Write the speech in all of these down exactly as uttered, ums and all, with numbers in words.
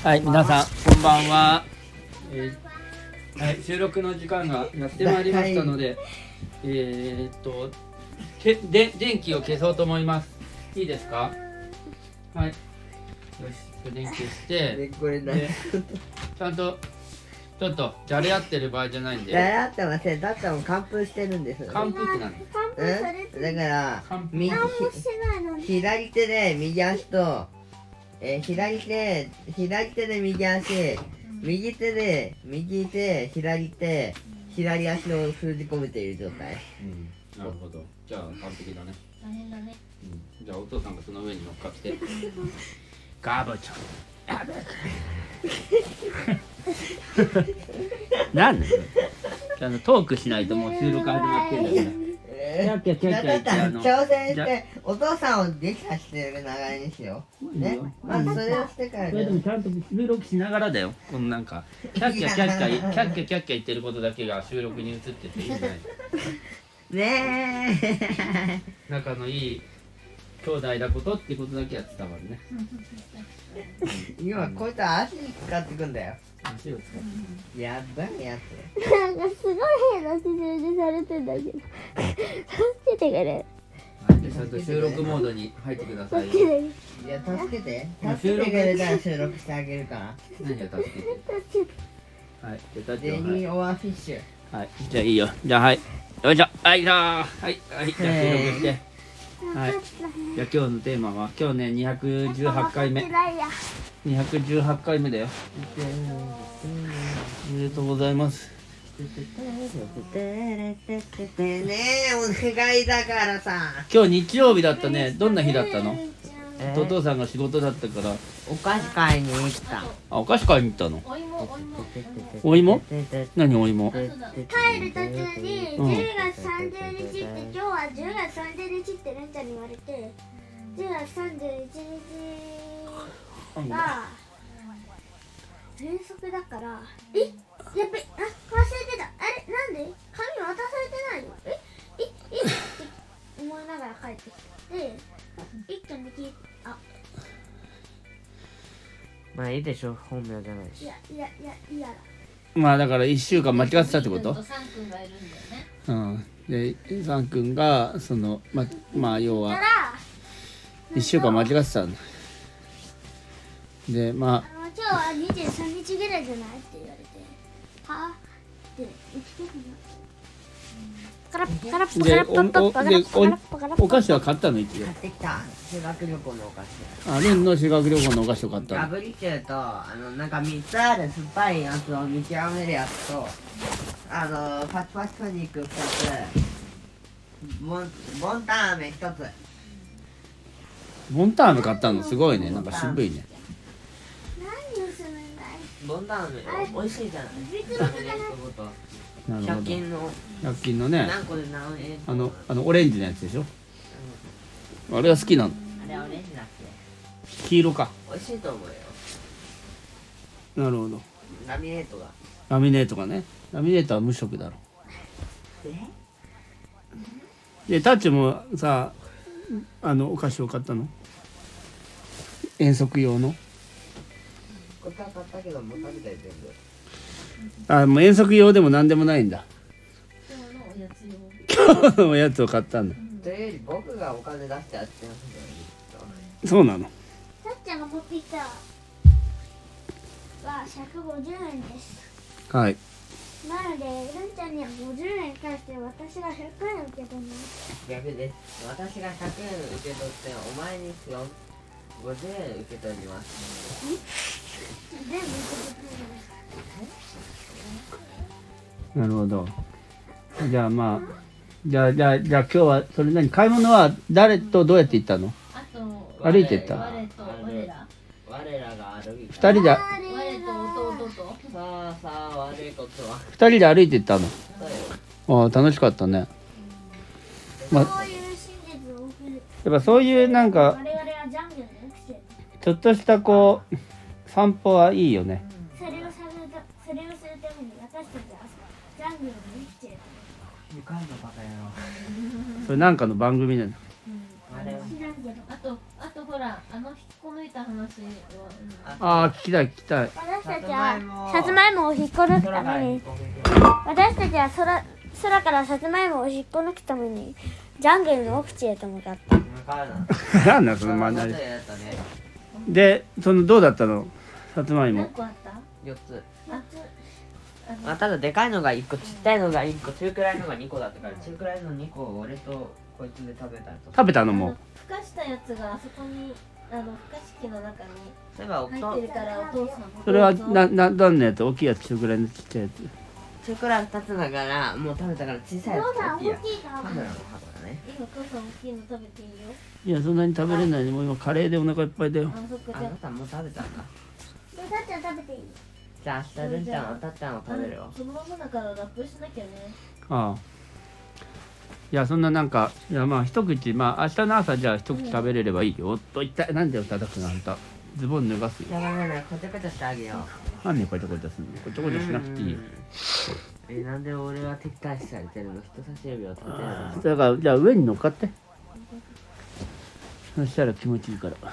はい、皆さんこんばんは、えーはい、収録の時間がやってまいりましたので、はい、えー、っとけで電気を消そうと思います。いいですか？はい、よし、電気消してこれでちゃんとちょっとじゃれ合ってる場合じゃないんで。 じゃれ合ってません。だってもう完封してるんです。 完封って何？ うん？だから右左手で右足と、えー、左手左手で右足、右手で右手左手左足を封じ込めている状態。 うん、なるほど。じゃあ完璧だね。大変だね。うん、じゃあお父さんがその上に乗っかってガブチョガブチョなんであのトークしないともう収録始まってるんだから。キャッキャキャッキャ言ってあの挑戦してお父さんを撃破してる流れにしようね。まずそれをしてから。 それでもちゃんと収録しながらだよ。このなんかキャッキャキャッキャキャッキャキャッキャ言ってることだけが収録に映ってていいんじゃないねえ仲のいい兄弟だことってことだけは伝わるね。 今こいつは足使ってくんだよ。 足を使って。 やばいやつ。なんかすごい変な姿勢でされてんだけど。助けてくれ。 はい、ちゃんと収録モードに入ってください。 いや助けて。助けてくれたら収録してあげるから。 何が助けて。はい、じゃあデニーオアフィッシュ。 はい、じゃあいいよ。じゃあはい。よいしょ。はいなー。はい、はい、じゃあ収録して。はい。じゃあ今日のテーマは今日ねにひゃくじゅうはちかいめ。にひゃくじゅうはちかいめだよ。おめでとうございます。 ねえお願いだからさ。 今日日曜日だったね。どんな日だったの？えー、お父さんが仕事だったからお菓子買いに行った。 あ、お菓子買いに行ったの？お芋？何お芋？ 帰る途中にじゅうがつさんじゅうにちって今日はじゅうがつさんじゅうにちってレンちゃんに言われてじゅうがつさんじゅういちにちが遠足だからえやっぱりあ忘れてたあれなんで紙渡されてないのえええって思いながら帰ってきて一挙に聞いあまあいいでしょ本名じゃないし。 いやいやいやいやだまあだからいっしゅうかん間違ってたってこと？ サン君がいるんだよね。 うん。で、サン君がそのままあ要はいっしゅうかん間違ってたんだ。で、まあ、 あの今日はにじゅうさんにちぐらいじゃないって言われて、はあって言ってたの。カラッカラッパカラッパッパッパカラッパカラッパカラッパ。 お菓子は買ったのいつ？ 買ってきた。修学旅行のお菓子。 あ、レンの修学旅行のお菓子を買ったの。 ガブリチューとあのなんかみっつある酸っぱいやつを見極めるやつとあのパチパチソニックふたつボンボンタン飴ひとつ。 ボンタン飴買ったのすごいね。なんか渋いね。 何をするんだい？ ボンタン飴美味しいじゃない。 なるほど。 ひゃく均のひゃく均のね。 何個で何円？ あのあのオレンジのやつでしょ。うん、あれは好きなの。 あれはオレンジだっけ？黄色か。 美味しいと思うよ。 なるほど。 ラミネートが。 ラミネートがね。ラミネートは無色だろう。で、タッチもさ、あのお菓子を買ったの？遠足用の？ これ買ったけどもう食べたよ全部。 あ、もう遠足用でも何でもないんだ。 今日のおやつ用。 今日のおやつを買ったんだ。 というより僕がお金出してやってますよ。そうなの。 さっちゃんが持ってきたはひゃくごじゅうえんです。 はい。 なので、レンちゃんにはごじゅうえん返して私がひゃくえん受け取ります。 逆です。私がひゃくえん受け取ってお前にごじゅうえん受け取ります。 全部受け取ってます。 なるほど。じゃあまあ、じゃあじゃあじゃあ今日はそれ何買い物は誰とどうやって行ったの？ あと歩いて行った？ 我と我ら。 我らが歩いた。 二人で。 我と弟と。 さあさあ悪いことは。 二人で歩いて行ったの？ああ楽しかったね。 まあ、そういう真実を送る。 やっぱそういうなんか我々はジャングルの生徒。 ちょっとしたこう散歩はいいよね。 それをされたそれをするために私たちはジャングルの生きてる。 向かいのバカ野郎。 それなんかの番組なの。 あとあとほらあの引っこ抜いた話話は。 ああ、聞きたい聞きたい。 私たちはさつまいもを引っこ抜くために私たちは空空からさつまいもを引っこ抜くためにジャングルの奥地へと向かった向かうななんだその真ん中やで。 ったねで、そのどうだったの？さつまいも。 何個あった？ よっつあ、 まあただでかいのがいっこちっちゃいのがいっこ中くらいのがにこだったから中くらいのにこを俺とこいつで食べたと食べたのあのも。 ふかしたやつがあそこにあのふかし器の中にそういえばお入ってるからお父さんもそれはどうぞななどんなやつ？大きいやつ、中ぐらいのちっちゃいやつ。 中くらいふたつだからもう食べたから小さいやつお父さん大きいや大きいからカメラの箱だね今お父さん大きいの食べていいよ。 いや、そんなに食べれないね。もう今カレーでお腹いっぱいだよ。 あ、そっかあじゃなたもう食べたんだでたっちゃん食べていい？ じゃあ明日るんちゃんはたっちゃんをあ。 食べるよそのままだからラップしなきゃね。 ああ。いや、そんななんか、いや、まあ一口、まあ明日の朝じゃあ一口食べれればいいよ。おっと、一体、なんでよ、叩くのあんた。ズボン脱がすよ。 やばいやばいこちゃこちゃしてあげようなんでこちょこちょすんの？こちょこちょしなくていいよ。 えなんで俺は敵対視されてるの人差し指を立てるのだから、じゃあ上に乗っかって。そしたら気持ちいいから。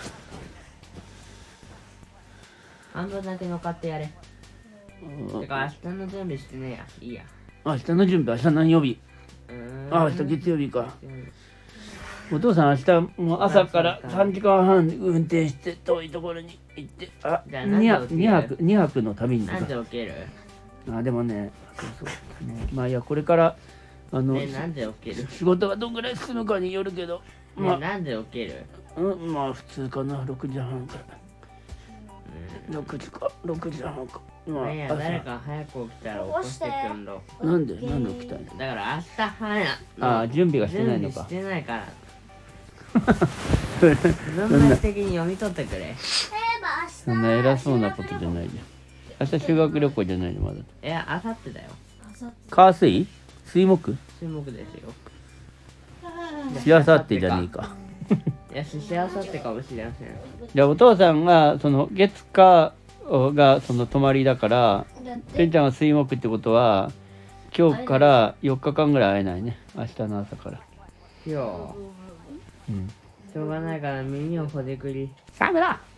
半分だけ乗っかってやれうんてか明日の準備してねえやいいや明日の準備、明日何曜日？ うーんあ、明日月曜日か。お父さん明日もう朝からさんじかんはん運転して遠いところに行ってあじゃあなんで起きるにはくにはくの旅になんで起きるあでもねそうそう、ね、まあいやこれからあのねなんで起きる仕事がどんぐらい進むかによるけどまねなんで起きるあ、うん、まあ普通かなろくじはんからろくじかろくじはんかまあいや誰か早く起きたら起こしてくんろ朝なんでなんで起きたんやだから明日早ああ準備がしてないのか準備してないから分別的に読み取ってくれえー、ば明日そんな偉そうなことじゃないじゃん明日修学旅行じゃないのまだえあさってだよあさって。 火水水木注目ですよしあさってじゃねえかいやししあさってかもしれませんじゃあお父さんがその月火がその泊まりだからだっててんちゃんが水木ってことは今日からよっかかんぐらい会えないね明日の朝からようんしょうがないから耳をほじくりダメだ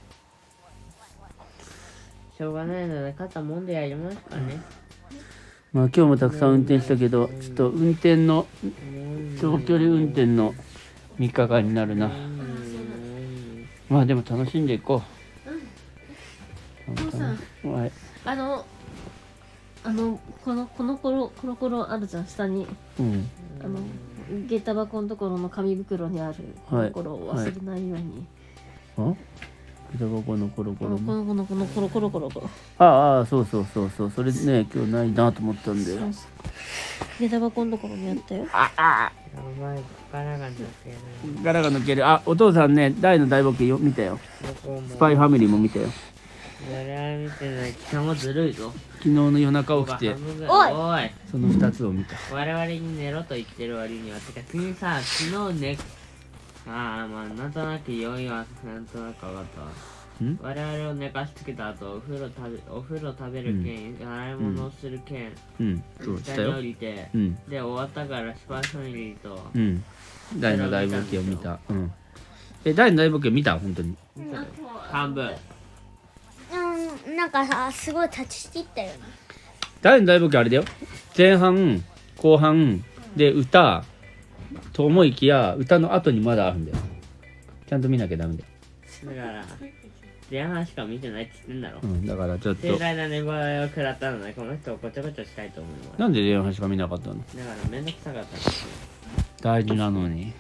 しょうがないので肩もんでやりますかねまあ今日もたくさん運転したけどちょっと運転の長距離運転のみっかかんになるなまあでも楽しんでいこうお父さんはいあのあのこのこの頃この頃あるじゃん下にうんあの下駄箱のところの紙袋にあるこの頃を忘れないように、 あ下駄箱のコロコロのこのこのこのこのコロコロコロあああそうそうそうそうそれね今日ないなと思ったんだよそうそう下駄箱のところにあったよ。 ああやばい力が抜けるガラが抜けるあお父さんね大の大冒険よ見たよどこもスパイファミリーも見たよ誰は見てない貴様ずるいぞ昨日の夜中起きておいおいそのふたつを見た我々に寝ろと言ってる割にはてか君さ昨日ねああまあなんとなく要因はなんとなく分かったわん我々を寝かしつけた後お風呂食べお風呂食べる件、洗い物をする件、 うんそうした下によ降りて、 うんで終わったからスパイファミリーと、 うん大の大冒険を見たうんえ大の大冒険見た本当に半分うんなんかさすごい立ち切ったよね大の大冒険あれだよ前半後半で歌と思いきや歌の後にまだあるんだよちゃんと見なきゃダメだよだから前半しか見てないって言ってんだろ、 うんだからちょっと盛大な寝声を食らったのでこの人をこちょこちょしたいと思いますなんで前半しか見なかったのだからめんどくさかったんですよ大事なのに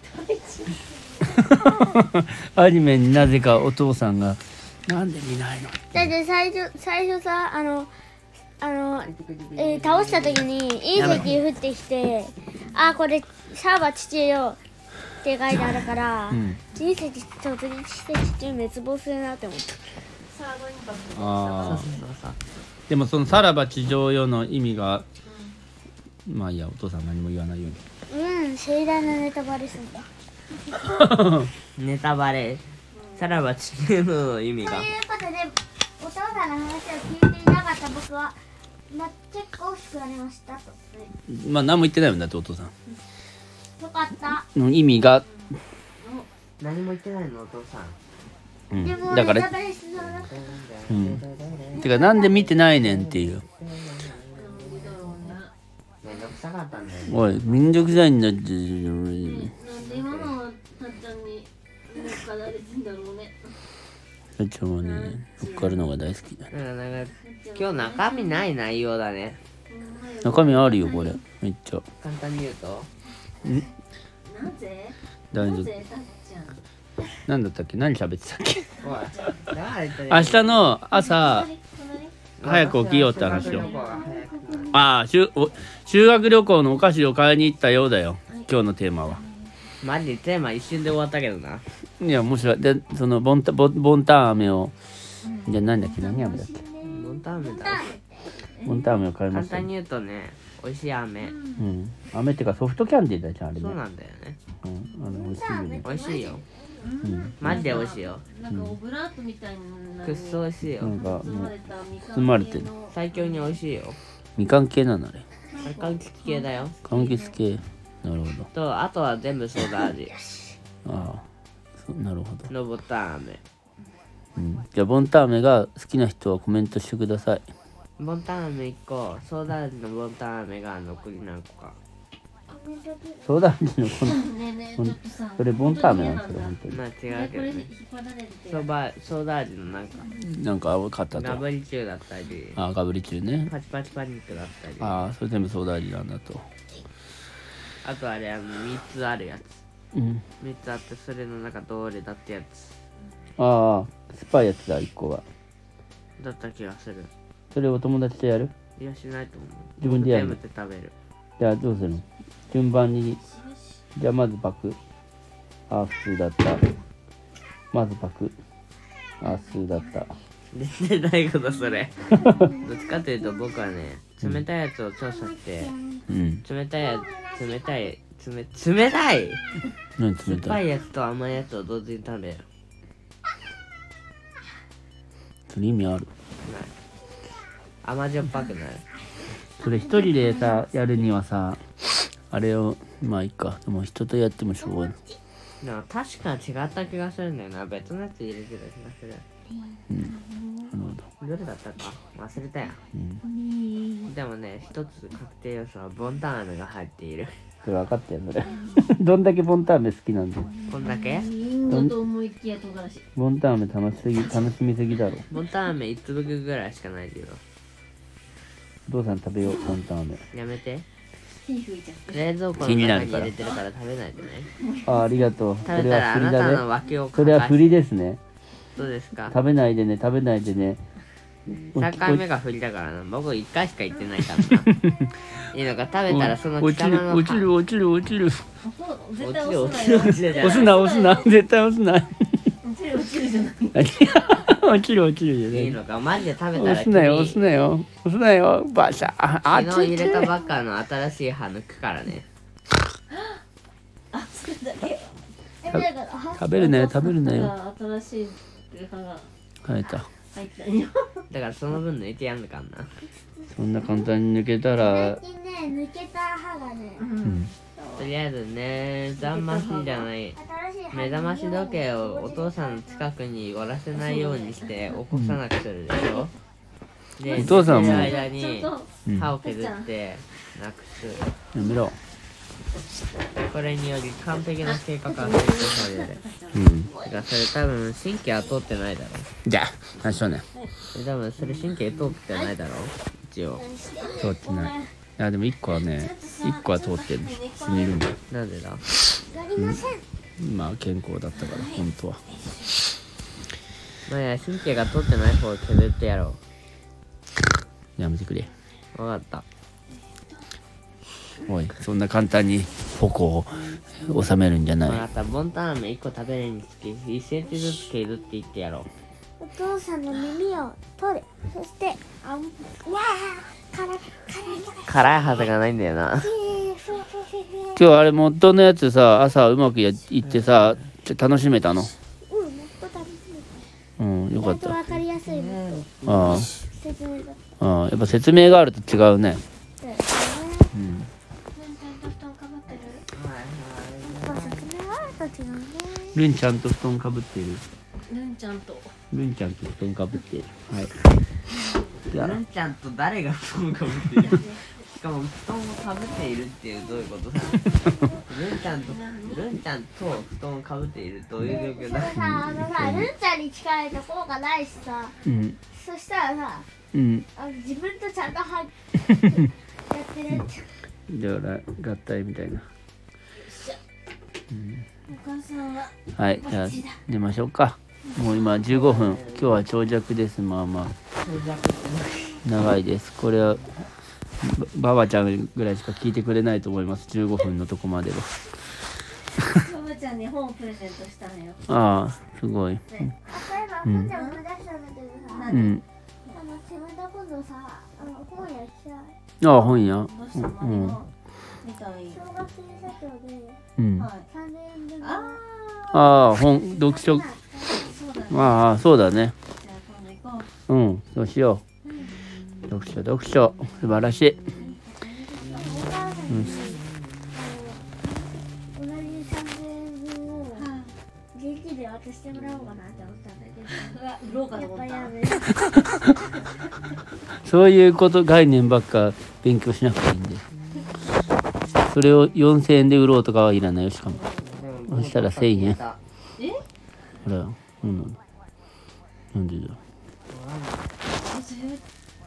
アニメになぜかお父さんがなんで見ないのだって最初最初さあのあの、えー倒した時に隕石降ってきてあこれシャーバ父よって書いてあるから、 うん隕石突撃して父滅亡するなって思ったサードインパクトあそうそうそうでもそのさらば地上よの意味がまあいいやお父さん何も言わないようにうん盛大なネタバレするんだネタバレさらば地球の意味がということでお父さんの話を聞いていなかった僕はま結構大きくなりましたとまあ何も言ってないもんだってお父さんよかったの意味が何も言ってないのお父さんうんでもだからネタバレしそうだからうんてかなんで見てないねんっていう。 めんどくさかったんだよね。 おいめんどくさいんだってなんで今のはたっちゃんに乗っかられてんだろうね。 たっちゃんはね乗っかるのが大好きだ。 だからなんか今日中身ない内容だね。 中身あるよこれめっちゃ。 簡単に言うと、 んなぜ大丈夫。 なぜたっちゃんなんだったっけ何喋ってたっけ。 おい、だから言ったね明日の朝早く起きようって話を。ああ修お修学旅行のお菓子を買いに行ったようだよ今日のテーマは。 マジでテーマ一瞬で終わったけどな。 いや面白い。でそのボンタボンボンタン飴をじゃあ何だっけ何飴だっけ。 ボンタン飴だ。 ボンタン飴を買いましたよ。 簡単に言うとね、美味しい飴。 うん飴ってかソフトキャンディーだじゃんあれね。 そうなんだよね。 うんあの美味しいよね。 美味しいよ。 うんマジで美味しいよ。 なんかオブラートみたいなくっそ美味しいよ。 なんか包もうまれたみかん包まれてるの最強に美味しいよ。 みかん系なのあれ。 あれ柑橘系だよ。 柑橘系。なるほど。 と、あとは全部ソーダ味ああそうなるほど。 のボタン飴。 うんじゃあボンタン飴が好きな人はコメントしてください。 ボンタン飴いっこ、ソーダ味のボンタン飴が残り何個か。 ソーダ味のこのねえねえちょっとさそれボンタン飴なんですよ本当に。 まあ違うけどこれ引っね。 張られてソーバソーダ味のなんか、 なんか青かったと。 ガブリチューだったり、 あガブリ中ね。 パチパチパニックだったり、あああそれ全部ソーダ味なんだと。 とあれあのみっつあるやつ。 うんみっつあって、それの中どれだってやつああ酸っぱいやつだいっこが。 だった気がする。 それを友達とやる。 いや、しないと思う。 自分でやるの僕全部で食べる。 じゃあどうするの順番に。じゃあまずパク。ああ普通だった。まずパク。ああ普通だった。 絶対ないことそれ。どっちかというと僕はね、冷たいやつを調査して、 うん冷たいやつ、冷たい、冷冷たい何酸冷い。 ったぱいやつと甘いやつを同時に食べる。 それ意味ある。 ない甘じょっぱくなる。 それ一人でさやるにはさあれをまあいいか。でも人とやってもしょうがない。 なんか確か違った気がするんだよな。別のやつ入れてた気がする。 なるほど。 どれだったか忘れたよ。 うんでもね、一つ確定要素はボンタン飴が入っている。 それ分かったよそれ。どんだけボンタン飴好きなんだよ。 こんだけリンゴと思いきや唐辛子ボンタン飴楽しすぎ楽しみすぎだろ。 ボンタン飴いち粒ぐらいしかないけど。 お父さん食べようボンタン飴。 やめて。 手拭いちゃって冷蔵庫の気にな中にるから入れてるから食べないでね。 あありがとう。そ食べれたらあなたは振りだね。 の脇をそれは振りですね。 どうですか？ 食べないでね食べないでね。 さんかいめが振りだからな。僕いっかいしか言ってないからな。いいのか、食べたらその貴落ちる様の落ちる落ちる落ちる。 そう絶対落ちる押すなよ落ちる落ちるじゃない押すな押すな絶対押すな。 落ちる落ちるじゃない落ちる落ちるじゃないい。 いのか、マジで食べた押らすなよ押す君なよ押すなよバシャー。あ昨日入れたばっかの新しい歯抜くからね。 あそれだけえだからあ食べるなよ食べるなよ。 新しい歯が生えた。 入ったんよだからその分抜いてやんのかんな。 そんな簡単に抜けたら最近ね抜けた歯がねうんとりあえずね、ざんましじゃない。 新しい歯目覚まし時計をお父さんの近くにおらせないようにして起こさなくするでしょ。で、 お父さんも寝てる間ちゃんにとうん歯を削ってなくす。 やめろ。 これにより完璧な計画が成功される。 うんてかそれ多分神経は通ってないだろ。 じゃあ最初ね多分それ神経通ってないだろ一応。 通ってない。いやでも一個はね一個は通ってる。死にるんだよ。 なんでだ？ やりませんまあ健康だったから本当は。 まあいや、神経が通ってない方を削ってやろやめてくれ。 う。わかった。 おいそんな簡単に矛を収めるんじゃない。 わかった。ボンタン飴いっこ食べるにつきいっセンチずつ削っていってやろう。 お父さんの耳を取るそしてあんわあ辛い辛い辛いはずがないんだよな。 辛いふわふわふわふわ今日あれ元のやつさ朝うまくやいってさちょ楽しめたの。 うんもっと食べてうんよかった。 わかりやすいもっあと説明だっあああやっぱ説明があると違うね。 たよねうんやっぱ説明があると違うねルンちゃんと布団かぶっている。 ルンちゃんとルンちゃんと布団かぶってる。はい。じゃあルンちゃんと誰が布団をかぶっているしかも布団をかぶっているっていうどういうことだルンちゃんとルンちゃんと布団をかぶっているどういう状況だでもさ、あのさ、ルンちゃんに近いところがないしさ、 うんそしたらさ、 うん。 あの自分とちゃんとはやってるってだから合体みたいな。 お母さんははい、じゃあ寝ましょうか。もう今じゅうごふん。今日は長尺です。まあまあ長いです。これはばばばちゃんぐらいしか聞いてくれないと思います。じゅうごふんのとこまでは。 ばばちゃんに本をプレゼントしたのよ。 ああ、すごい。 あ、そういえば、 うんふんちゃん思い出したんだけどさ、 うん。 あの、セブンダ今度さ、あの、本屋行きたい。 ああ、本屋。 どうしたの？ うん。 みたい。 小学生社長でうん。 はい。 さんぜんえん分のあああ、本、読書。 あ、そうだね。 ああ、そうだね。 じゃあ今度行こう。 うん、そうしよう。読書、読書。素晴らしい。 お母さんに、あの、同じさんぜんえんぶんを現金で渡してもらおうかなって思ったんだけど、 うわ売ろうかとやっ思った。 ぱやめそういうこと概念ばっか勉強しなくていいんで。それをよんせんえんで売ろうとかはいらないよ、しかも。そしたらせんえん。 え？ ほら、うん。なんでだ。 え、それ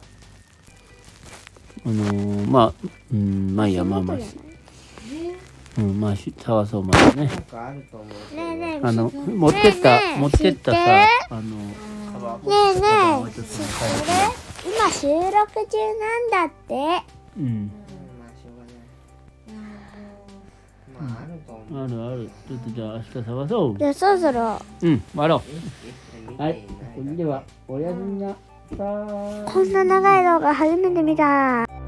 あのー、まあ、うん、まあいいや、まあまあ。うん、まあ、し探そう、まあね。 なんかあると思うねえねえ、 あの、持ってった、 ねえ持ってったさ、あの、 ねえねえ、知ってる？今収録中なんだって。 うん。 まあしょうがないまああると思うあるある。ちょっとじゃあ明日探そう。 じゃあそろそろうん、終わろう。 見ていなはい。それでは、おやすみなさーい。 こんな長い動画初めて見た。